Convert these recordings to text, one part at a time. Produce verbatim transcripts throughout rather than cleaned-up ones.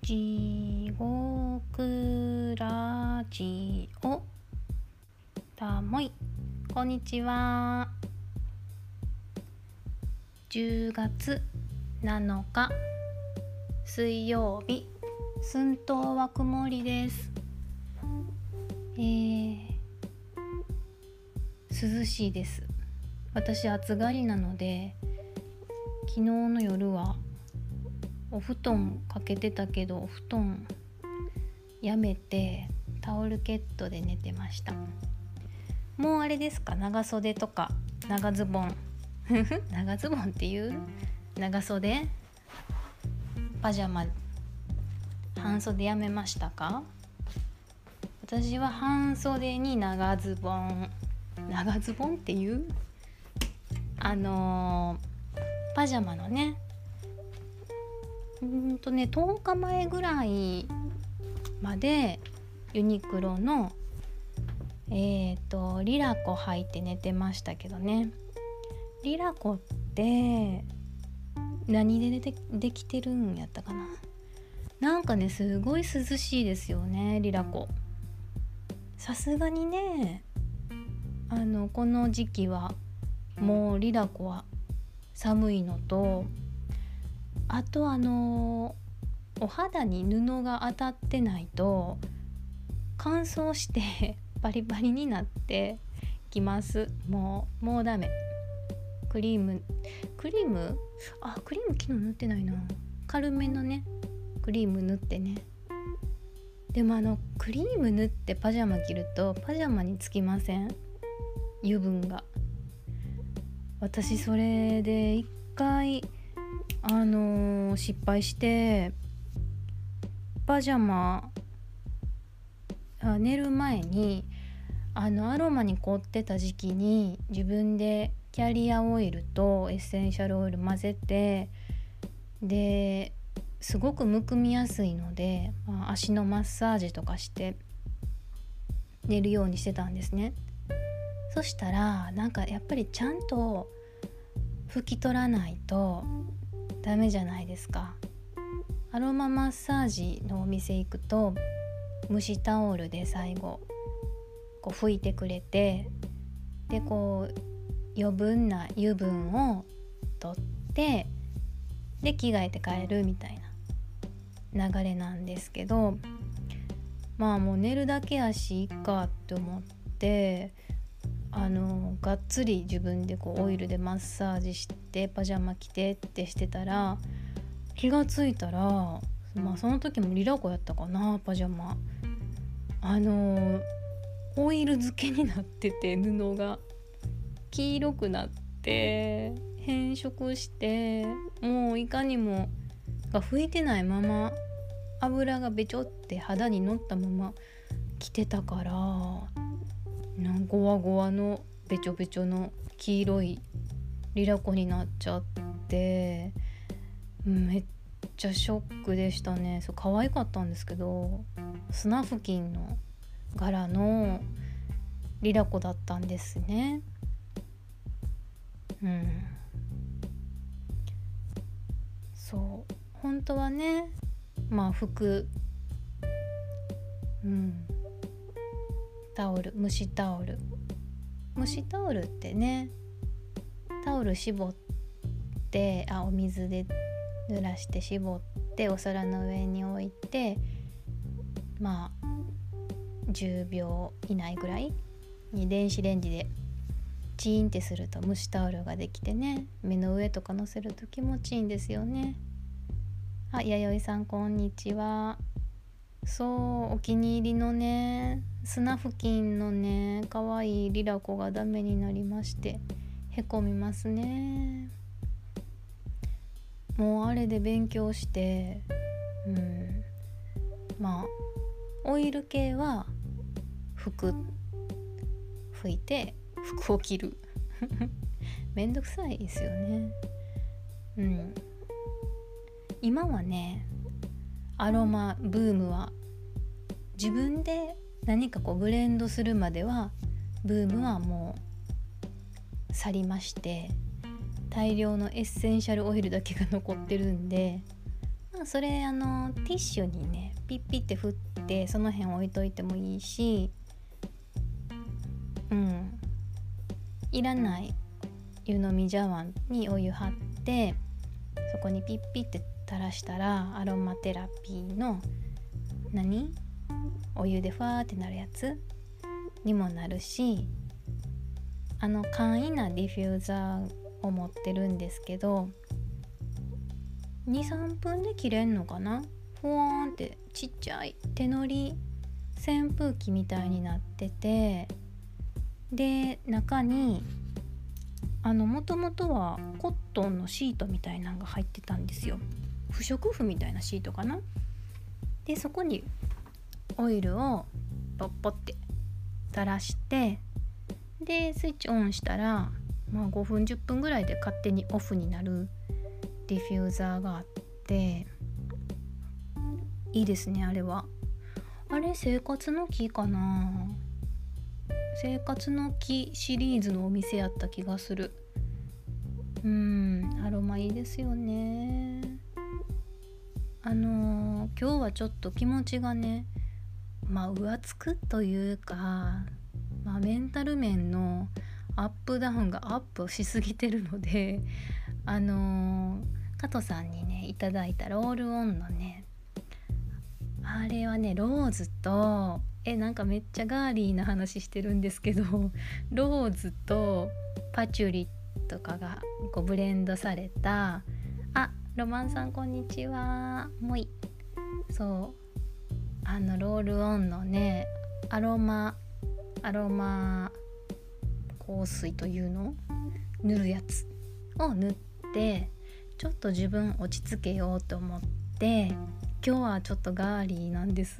地獄ラジオたもい、こんにちは。じゅうがつなのか水曜日、寸東は曇りです。えー、涼しいです。私暑がりなので、昨日の夜はお布団かけてたけど、お布団やめてタオルケットで寝てました。もうあれですか、長袖とか長ズボン長ズボンっていう長袖パジャマ半袖やめましたか？私は半袖に長ズボン長ズボンっていうあのー、パジャマのねうんとねとおかまえぐらいまでユニクロのえーとリラコ履いて寝てましたけどね。リラコって何ででできてるんやったかな。なんかねすごい涼しいですよね、リラコ。さすがにねあのこの時期はもうリラコは寒いのと、あとあのお肌に布が当たってないと乾燥してバリバリになってきます。もうもうダメ。クリームクリームあクリーム昨日塗ってないな。軽めのねクリーム塗ってね。でもあのクリーム塗ってパジャマ着るとパジャマにつきません？油分が。私それで一回あのー、失敗してパジャマあ寝る前にあのアロマに凝ってた時期に自分でキャリアオイルとエッセンシャルオイル混ぜて、ですごくむくみやすいので、まあ、足のマッサージとかして寝るようにしてたんですね。そしたらなんかやっぱりちゃんと拭き取らないとダメじゃないですか。アロママッサージのお店行くと蒸しタオルで最後こう拭いてくれて、でこう余分な油分を取ってで着替えて帰るみたいな流れなんですけど、まあもう寝るだけやしいいかって思ってあのがっつり自分でこうオイルでマッサージしてパジャマ着てってしてたら、気がついたらまあその時もリラコやったかな、パジャマあのオイル漬けになってて、布が黄色くなって変色して、もういかにもが拭いてないまま油がべちょって肌に乗ったまま着てたから、なんゴワゴワのべちょべちょの黄色いリラコになっちゃって、めっちゃショックでしたね。そう可愛かったんですけど、スナフキンの柄のリラコだったんですね。うん、そう本当はねまあ服、うん、タオル蒸しタオル蒸しタオルってね、タオル絞ってあお水で濡らして絞ってお皿の上に置いて、まあじゅうびょう以内ぐらいに電子レンジでチーンってすると蒸しタオルができてね、目の上とか乗せると気持ちいいんですよね。あ、弥生さんこんにちは。そうお気に入りのねスナフキンのねかわいいリラコがダメになりましてへこみますね。もうあれで勉強して、うん、まあオイル系は服拭いて服を着るめんどくさいですよね。うん、今はねアロマブームは自分で何かこうブレンドするまではブームはもう去りまして、大量のエッセンシャルオイルだけが残ってるんで、 まあ、それあのティッシュにねピッピって振ってその辺置いといてもいいし、うんいらない湯飲み茶碗にお湯張ってそこにピッピって垂らしたらアロマテラピーの何お湯でファーってなるやつにもなるし、あの簡易なディフューザーを持ってるんですけど にさんぷんで切れんのかな。ふわーんってちっちゃい手乗り扇風機みたいになってて、で中にあのもともとはコットンのシートみたいなのが入ってたんですよ。不織布みたいなシートかな。でそこにオイルをポッポって垂らして、でスイッチオンしたら、まあ、ごふんじゅっぷんぐらいで勝手にオフになるディフューザーがあって、いいですね。あれはあれ生活の木かな、生活の木シリーズのお店やった気がする。うーんアロマいいですよね。あのー、今日はちょっと気持ちがね、まあ浮つくというか、まあ、メンタル面のアップダウンがアップしすぎてるので、あのー、加藤さんにねいただいたロールオンのね、あれはねローズとえなんかめっちゃガーリーな話してるんですけどローズとパチュリとかがこうブレンドされた、あロマンさんこんにちは、もういそうあのロールオンのねアロマアロマ香水というの塗るやつを塗って、ちょっと自分落ち着けようと思って今日はちょっとガーリーなんです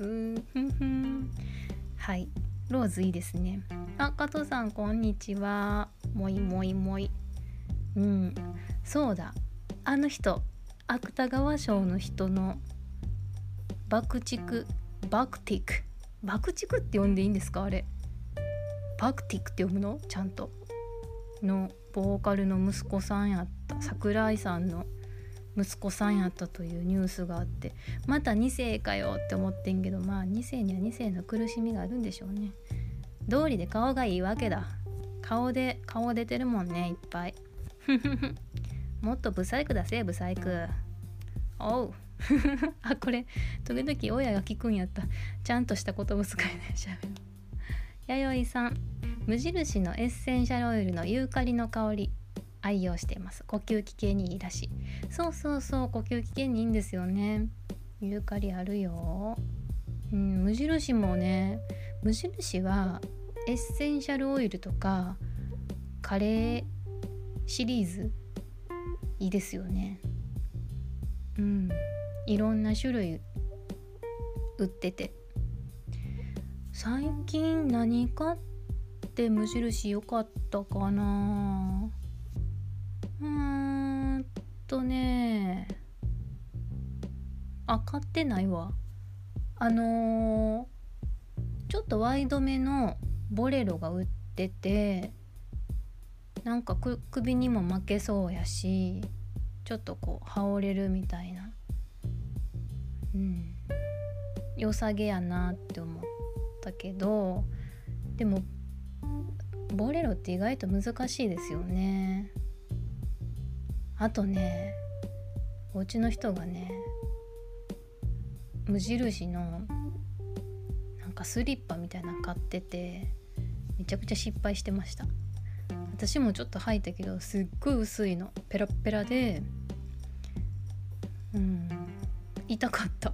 はい、ローズいいですね。あ、加藤さんこんにちは、もいもいもい。うん、そうだ、あの人芥川賞の人の爆竹バクティック爆竹って呼んでいいんですか、あれバクティックって読むの、ちゃんとのボーカルの息子さんやった、桜井さんの息子さんやったというニュースがあって、またに世かよって思ってんけど、まあに世にはに世の苦しみがあるんでしょうね。道理で顔がいいわけだ。顔で顔出てるもんね、いっぱいもっとブサイクだせ、ブサイク。おうあ、これ時々親が聞くんやった。ちゃんとした言葉遣いでしゃべる。弥生さん、無印のエッセンシャルオイルのユーカリの香り愛用しています。呼吸器系にいいらしい。そうそうそう、呼吸器系にいいんですよね。ユーカリあるよ。うん、無印もね、無印はエッセンシャルオイルとかカレーシリーズいいですよね。うん、いろんな種類売ってて、最近何買って無印良かったかな。うーんとねあ、買ってないわ。あのー、ちょっとワイドめのボレロが売ってて、なんかく首にも巻けそうやし、ちょっとこう羽織れるみたいな、うん、良さげやなって思ったけど、でもボレロって意外と難しいですよね。あとね、お家の人がね、無印のなんかスリッパみたいなの買ってて、めちゃくちゃ失敗してました。私もちょっと履いたけど、すっごい薄いの、ペラペラで、うん、痛かった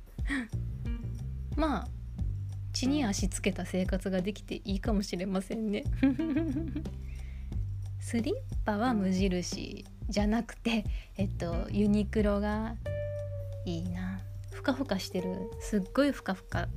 まあ地に足つけた生活ができていいかもしれませんねスリッパは無印じゃなくて、えっとユニクロがいいな。ふかふかしてる、すっごいふかふか。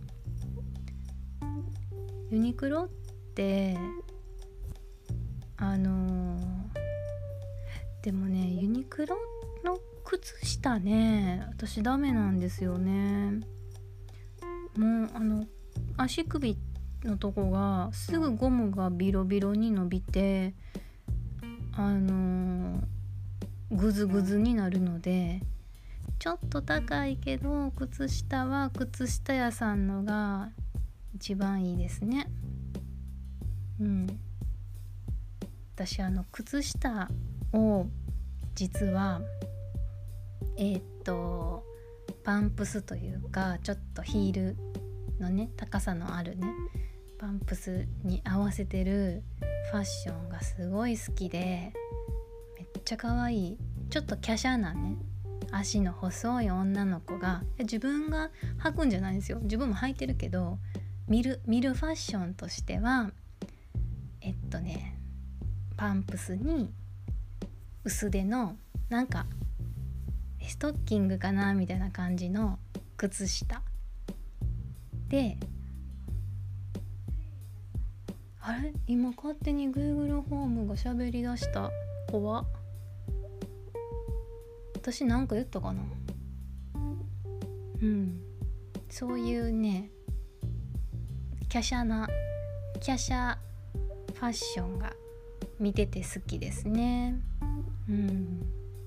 ユニクロってあのー、でもね、ユニクロの靴下ね、私ダメなんですよね。もうあの足首のとこがすぐゴムがビロビロに伸びて、あのー、グズグズになるので、 ちょっと高いけど靴下は靴下屋さんのが一番いいですね。うん。私あの靴下を実はえー、っとパンプスというかちょっとヒールのね高さのあるねパンプスに合わせてるファッションがすごい好きで、めっちゃ可愛いちょっと華奢なね足の細い女の子が、自分が履くんじゃないんですよ、自分も履いてるけど見る見るファッションとしてはえっとねパンプスに薄手のなんかストッキングかなみたいな感じの靴下で、あれ今勝手に Google ホームが喋り出した。怖っ。私なんか言ったかな。うん、そういうね華奢な華奢ファッションが見てて好きですね。うん。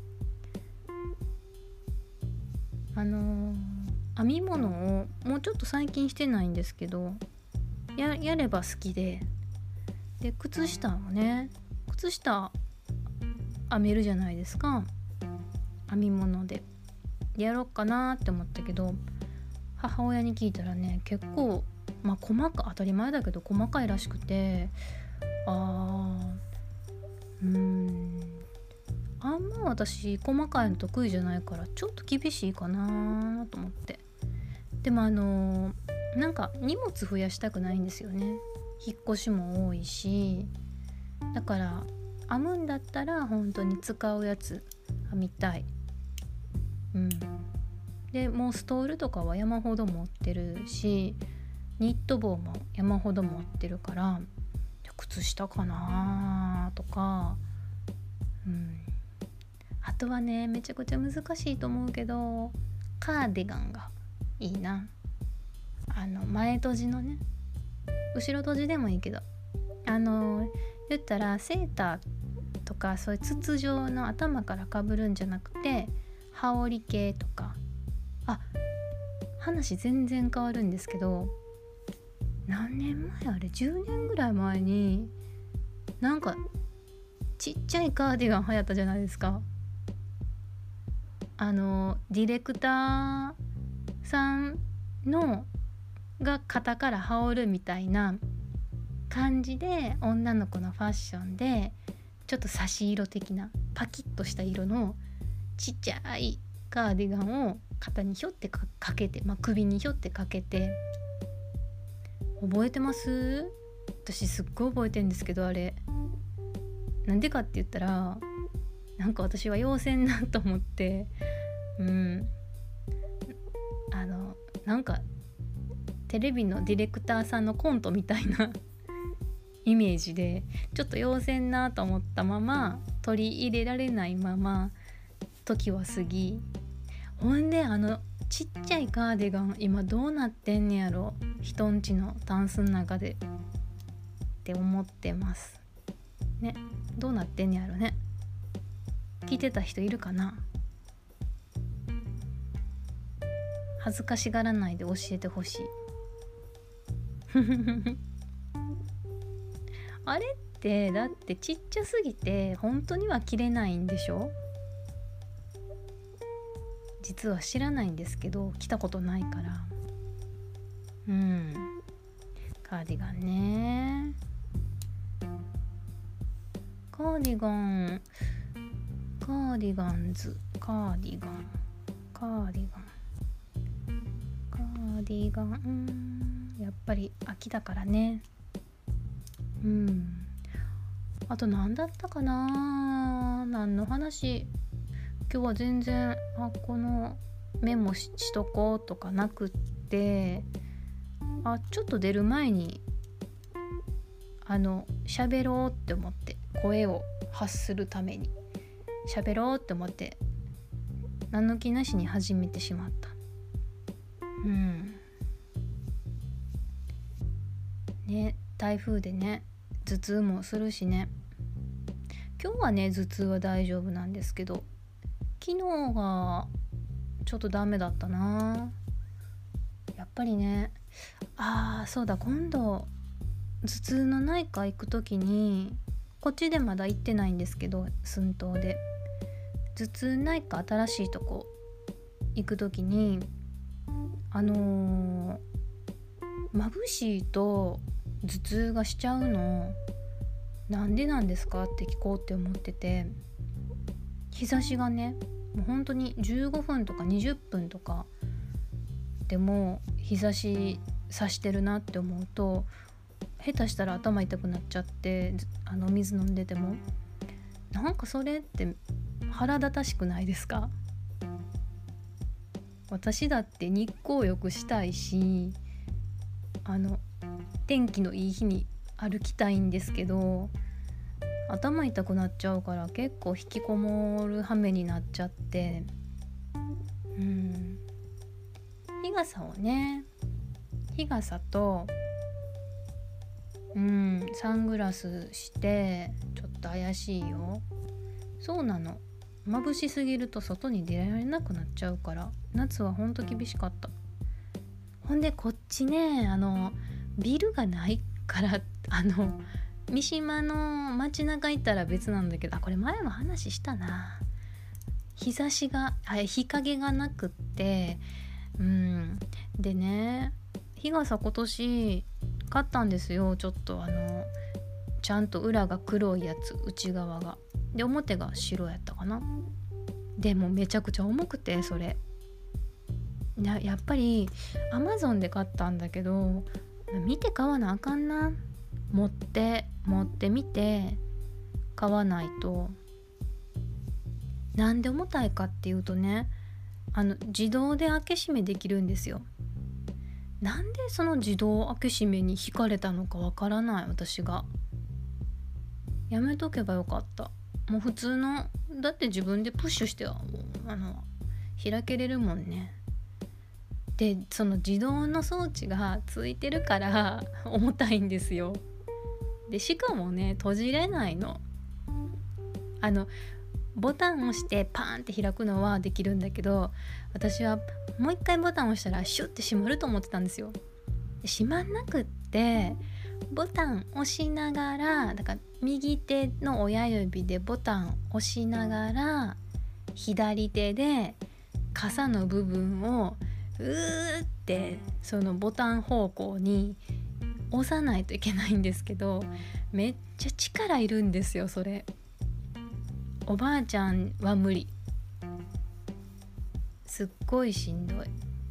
あのー、編み物をもうちょっと最近してないんですけど や, やれば好きで、で靴下をね靴下編めるじゃないですか、編み物でやろうかなって思ったけど、母親に聞いたらね結構まあ細か当たり前だけど細かいらしくて、あーうーんあんま私細かいの得意じゃないからちょっと厳しいかなと思って。でもあのー、なんか荷物増やしたくないんですよね。引っ越しも多いし、だから編むんだったら本当に使うやつ編みたい。うん。でもうストールとかは山ほど持ってるし、ニット帽も山ほど持ってるから、靴下かなとか、うん。あとはねめちゃくちゃ難しいと思うけどカーディガンがいいな。あの前閉じのね、後ろ閉じでもいいけど、あの言ったらセーターとかそういう筒状の頭からかぶるんじゃなくて羽織系とか、あ話全然変わるんですけど、何年前あれじゅうねんぐらい前になんかちっちゃいカーディガン流行ったじゃないですか。あのディレクターさんのが肩から羽織るみたいな感じで女の子のファッションでちょっと差し色的なパキッとした色のちっちゃいカーディガンを肩にひょって か, かけて、まあ、首にひょってかけて、覚えてます？私すっごい覚えてるんですけど、あれなんでかって言ったらなんか私は妖精なと思って、うんあのなんかテレビのディレクターさんのコントみたいなイメージでちょっと妖精なと思ったまま取り入れられないまま時は過ぎ、ほんであのちっちゃいカーディガン今どうなってんねやろ、人んちのタンスの中でって思ってますね。どうなってんねやろね。聞いてた人いるかな。恥ずかしがらないで教えてほしいあれってだってちっちゃすぎて本当には着れないんでしょ。実は知らないんですけど着たことないから。うんカーディガンね、カーディガンカーディガンズカーディガンカーディガンカーディガン、やっぱり秋だからね。うんあと何だったかな、何の話今日は全然あこのメモ し, しとこうとかなくって、あちょっと出る前にあの喋ろうって思って声を発するために喋ろうって思って何の気なしに始めてしまった。うんね、台風でね頭痛もするしね。今日はね頭痛は大丈夫なんですけど、昨日がちょっとダメだったな。やっぱりね、あーそうだ、今度頭痛の内科行く時に、こっちでまだ行ってないんですけど、寸東で頭痛内科新しいとこ行く時に、あのー、眩しいと頭痛がしちゃうのなんでなんですかって聞こうって思ってて、日差しがね、もう本当にじゅうごふんとかにじゅっぷんとかでも日差し差してるなって思うと、下手したら頭痛くなっちゃって、あの水飲んでても、なんかそれって腹立たしくないですか？私だって日光浴したいし、あの天気のいい日に歩きたいんですけど、頭痛くなっちゃうから結構引きこもる羽目になっちゃって、うん、日傘をね、日傘とうんサングラスしてちょっと怪しいよ。そうなの、眩しすぎると外に出られなくなっちゃうから、夏はほんと厳しかった。ほんでこっちね、あのビルがないから、あの三島の街中行ったら別なんだけど、あこれ前も話したな。日差しがあ日陰がなくって、うんでね、日傘今年買ったんですよ。ちょっとあのちゃんと裏が黒いやつ、内側がで表が白やったかな。でもめちゃくちゃ重くて、それや, やっぱりアマゾンで買ったんだけど、見て買わなあかんな。持って持ってみて買わないと。なんで重たいかっていうとね、あの自動で開け閉めできるんですよ。なんでその自動開け閉めに惹かれたのかわからない、私が。やめとけばよかった。もう普通のだって自分でプッシュしてはあの開けれるもんね。でその自動の装置がついてるから重たいんですよ。でしかもね、閉じれないの。あのボタンを押してパーンって開くのはできるんだけど、私はもう一回ボタンを押したらシュッて閉まると思ってたんですよ。で閉まんなくって、ボタン押しながら、だから右手の親指でボタン押しながら、左手で傘の部分をうーってそのボタン方向に押さないといけないんですけど、めっちゃ力いるんですよそれ。おばあちゃんは無理、すっごいしんどい。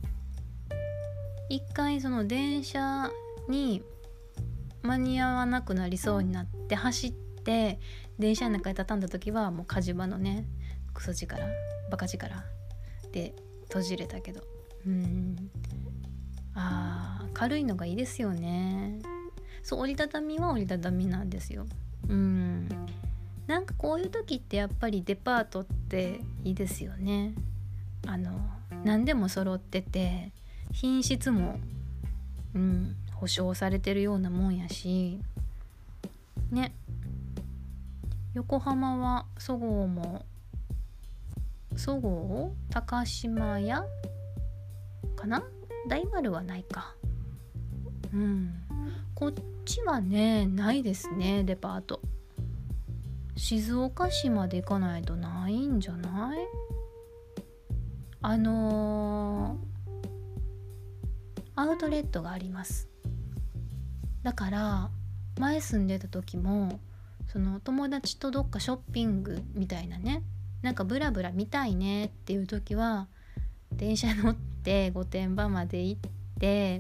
一回その電車に間に合わなくなりそうになって走って電車の中に畳んだ時はもう火事場のね、クソ力バカ力で閉じれたけど、うーんあー軽いのがいいですよね。そう、折りたたみは折りたたみなんですよ。うーんなんかこういう時ってやっぱりデパートっていいですよね。あの何でも揃ってて品質も、うん、保証されてるようなもんやしね。横浜はそごうもそごう高島屋かな、大丸はないか。うんこっちはねないですね、デパート。静岡市まで行かないとないんじゃない？あのー、アウトレットがあります。だから前住んでた時も、その友達とどっかショッピングみたいなね、なんかブラブラ見たいねっていう時は電車乗って御殿場まで行って、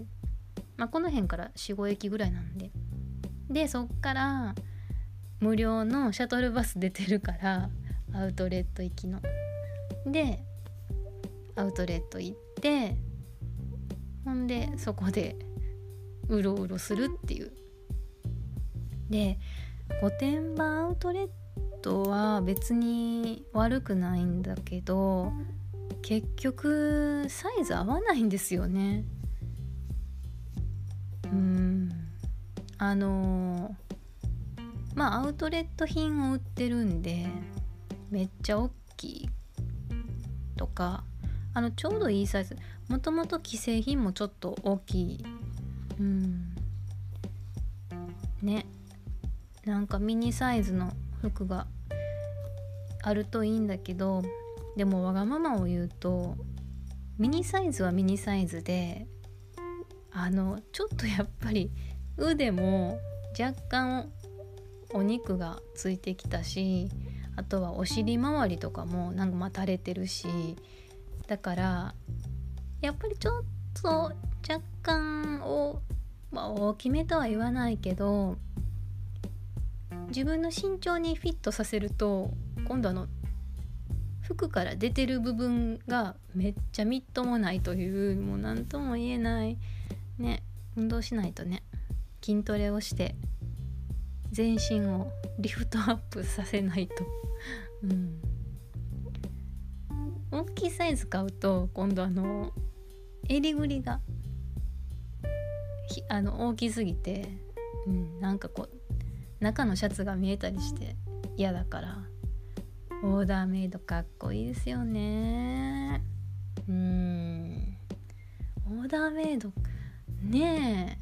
まあ、この辺から よん,ご 駅ぐらいなんで、でそっから無料のシャトルバス出てるから、アウトレット行きのでアウトレット行って、ほんでそこでうろうろするっていう。で御殿場アウトレットは別に悪くないんだけど、結局サイズ合わないんですよね。うーんあのまあアウトレット品を売ってるんでめっちゃ大きいとか、 あのちょうどいいサイズ。もともと既製品もちょっと大きい。うんね、なんかミニサイズの服があるといいんだけど、でもわがままを言うとミニサイズはミニサイズで、あのちょっとやっぱり腕も若干お肉がついてきたし、あとはお尻周りとかもなんかまあ垂れてるし、だからやっぱりちょっと若干を、まあ、大きめとは言わないけど自分の身長にフィットさせると、今度あの服から出てる部分がめっちゃみっともないという、もう何とも言えないね。運動しないとね、筋トレをして全身をリフトアップさせないとうん大きいサイズ買うと今度あの襟ぐりがあの大きすぎて、うん、なんかこう中のシャツが見えたりして嫌だから、オーダーメイドかっこいいですよね。うーんオーダーメイドね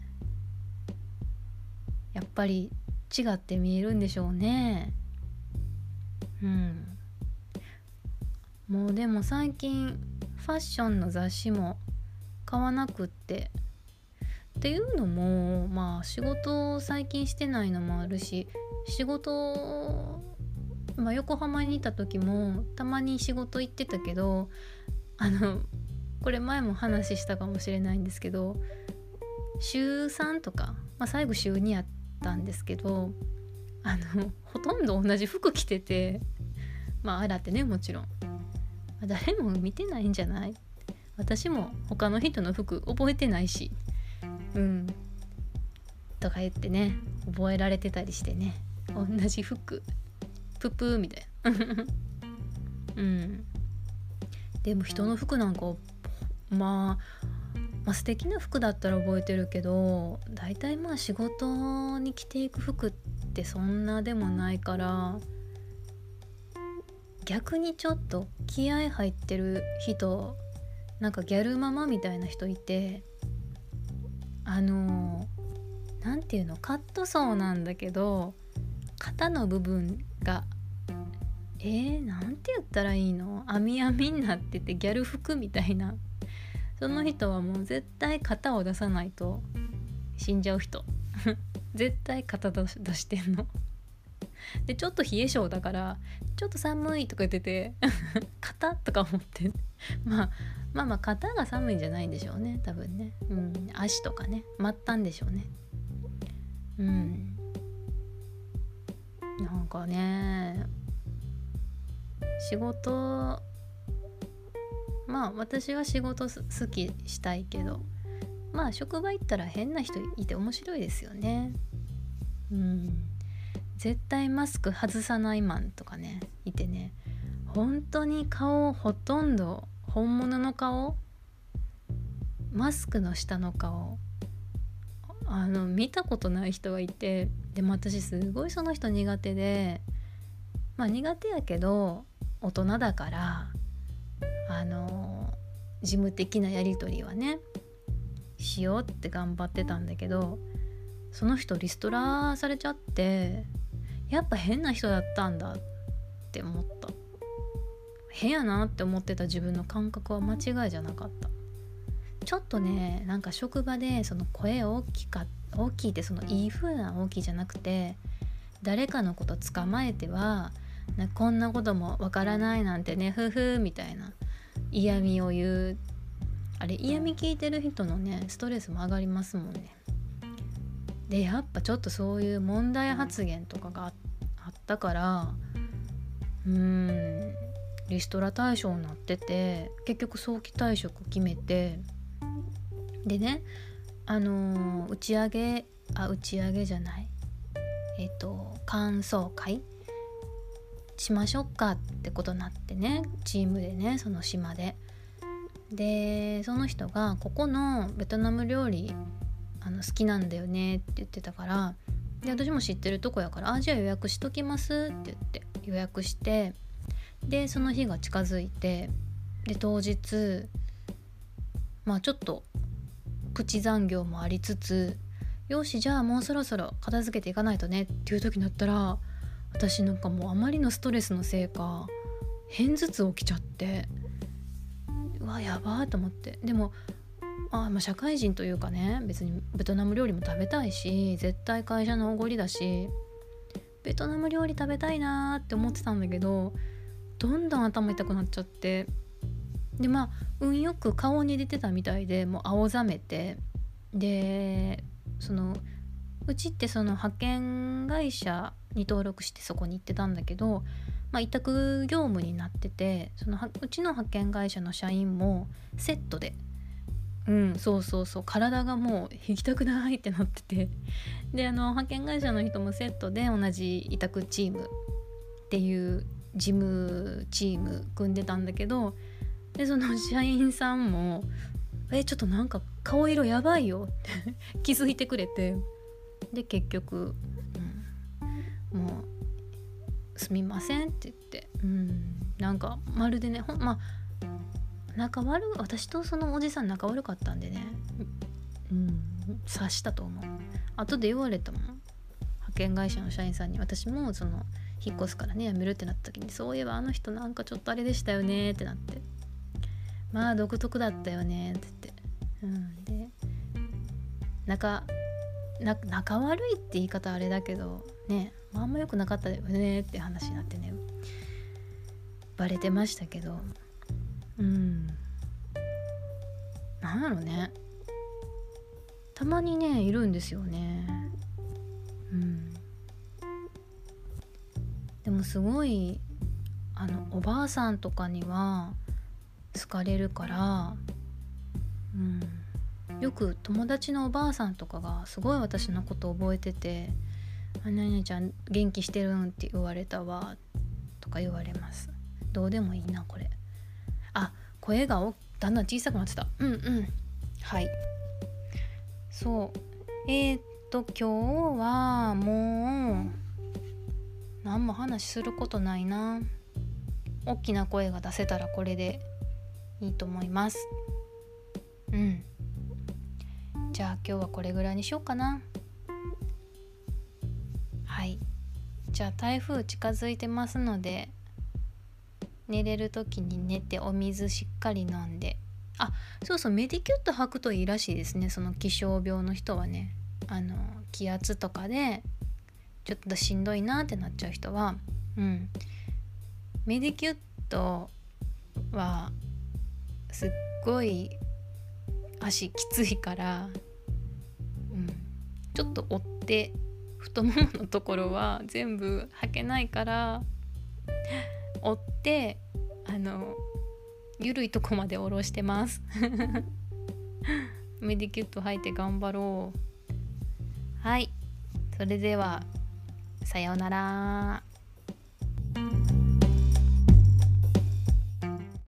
え、やっぱり違って見えるんでしょうね。うんもうでも最近ファッションの雑誌も買わなくってっていうのも、まあ仕事を最近してないのもあるし、仕事、まあ、横浜にいた時もたまに仕事行ってたけど、あのこれ前も話したかもしれないんですけど、週さんとか、まあ、最後週にやったんですけど、あのほとんど同じ服着てて、まあ洗ってね、もちろん誰も見てないんじゃない？私も他の人の服覚えてないし、うんとか言ってね、覚えられてたりしてね、同じ服ププーみたいなうんでも人の服なんかまあまあ、素敵な服だったら覚えてるけど、だいたいまあ仕事に着ていく服ってそんなでもないから、逆にちょっと気合入ってる人、なんかギャルママみたいな人いて、あのなんていうの、カットソーなんだけど肩の部分がえー、なんて言ったらいいの、網網になっててギャル服みたいな、その人はもう絶対肩を出さないと死んじゃう人絶対肩出してんのでちょっと冷え性だからちょっと寒いとか言ってて肩とか思ってまあまあまあ肩が寒いんじゃないんでしょうね多分ね、うん、足とかね末端でしょうね。うんなんかね仕事まあ私は仕事好きしたいけど、まあ職場行ったら変な人いて面白いですよね。うん絶対マスク外さないマンとかねいてね、本当に顔ほとんど本物の顔、マスクの下の顔あの見たことない人がいて、でも私すごいその人苦手で、まあ苦手やけど大人だからあの事務的なやり取りはねしようって頑張ってたんだけど、その人リストラされちゃって、やっぱ変な人だったんだって思った。変やなって思ってた自分の感覚は間違いじゃなかった。ちょっとねなんか職場でその声大きか大きいってそのいい風な大きいじゃなくて、誰かのこと捕まえてはなこんなこともわからないなんてねふふみたいな嫌味を言う、あれ嫌味聞いてる人のねストレスも上がりますもんね。でやっぱちょっとそういう問題発言とかがあったからうーんリストラ対象になってて、結局早期退職決めて、でねあのー、打ち上げあ打ち上げじゃないえっと感想会しましょうかってことになってね、チームでねその島ででその人がここのベトナム料理あの好きなんだよねって言ってたから、で私も知ってるとこやから、あじゃあ予約しときますって言って予約して、でその日が近づいて、 で当日まあちょっとプチ残業もありつつ、よしじゃあもうそろそろ片付けていかないとねっていう時になったら、私なんかもうあまりのストレスのせいか片頭痛起きちゃって、うわやばーと思って。でもあ、まあ、社会人というかね、別にベトナム料理も食べたいし、絶対会社のおごりだしベトナム料理食べたいなーって思ってたんだけど、どんどん頭痛くなっちゃって、でまあ運よく顔に出てたみたいで、もう青ざめて、でそのうちってその派遣会社に登録してそこに行ってたんだけど、まあ、委託業務になってて、そのうちの派遣会社の社員もセットで、うんそうそうそう、体がもう行きたくないってなってて、であの派遣会社の人もセットで同じ委託チームっていう事務チーム組んでたんだけど、でその社員さんもえちょっとなんか顔色やばいよって気づいてくれて、で結局、うん、もうすみませんって言って、うん、なんかまるでね、ほんまあ仲悪い、私とそのおじさん仲悪かったんでね、うん、察したと思う。後で言われたもん、派遣会社の社員さんに。私もその引っ越すからね辞めるってなった時に、そういえばあの人なんかちょっとあれでしたよねってなって、まあ独特だったよねって言って、うん、で仲な仲悪いって言い方あれだけどね、まあ、あんま良くなかったよねって話になってね、バレてましたけど、うんなんだろうね、たまにねいるんですよね。うんでもすごいあのおばあさんとかには好かれるから、うん、よく友達のおばあさんとかがすごい私のこと覚えてて、あなにちゃん元気してるんって言われたわとか言われます。どうでもいいなこれ。あ、声がおだんだん小さくなってた。うんうんはい。そうえー、っと今日はもう何も話することないな。大きな声が出せたらこれでいいと思います。うんじゃあ今日はこれぐらいにしようかな。はいじゃあ台風近づいてますので、寝れる時に寝てお水しっかり飲んで、あそうそうメディキュット履くといいらしいですね。その気象病の人はね、あの気圧とかでちょっとしんどいなってなっちゃう人は、うんメディキュットはすっごい足きついから、うん、ちょっと折って太もものところは全部履けないから折ってあのゆるいとこまで下ろしてますメディキュット履いて頑張ろう。はいそれではさようなら。